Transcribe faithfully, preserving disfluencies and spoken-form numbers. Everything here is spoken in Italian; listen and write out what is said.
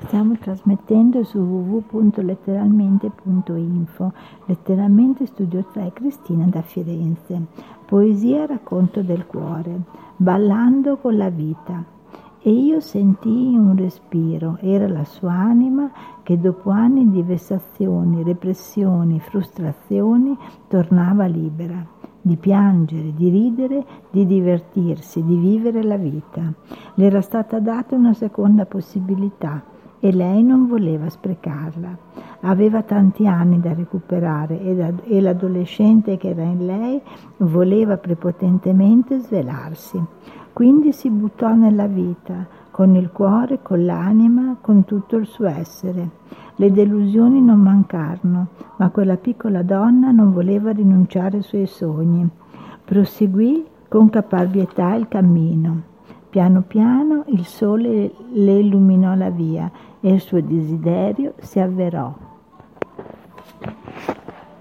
Stiamo trasmettendo su w w w punto letteralmente punto info. Letteralmente Studio tre, Cristina da Firenze. Poesia racconto del cuore, ballando con la vita. E io sentii un respiro, era la sua anima che dopo anni di vessazioni, repressioni, frustrazioni tornava libera, di piangere, di ridere, di divertirsi, di vivere la vita. Le era stata data una seconda possibilità e lei non voleva sprecarla. Aveva tanti anni da recuperare e, da, e l'adolescente che era in lei voleva prepotentemente svelarsi. Quindi si buttò nella vita, con il cuore, con l'anima, con tutto il suo essere. Le delusioni non mancarono, ma quella piccola donna non voleva rinunciare ai suoi sogni. Proseguì con caparbietà il cammino. Piano piano il sole le illuminò la via e il suo desiderio si avverò.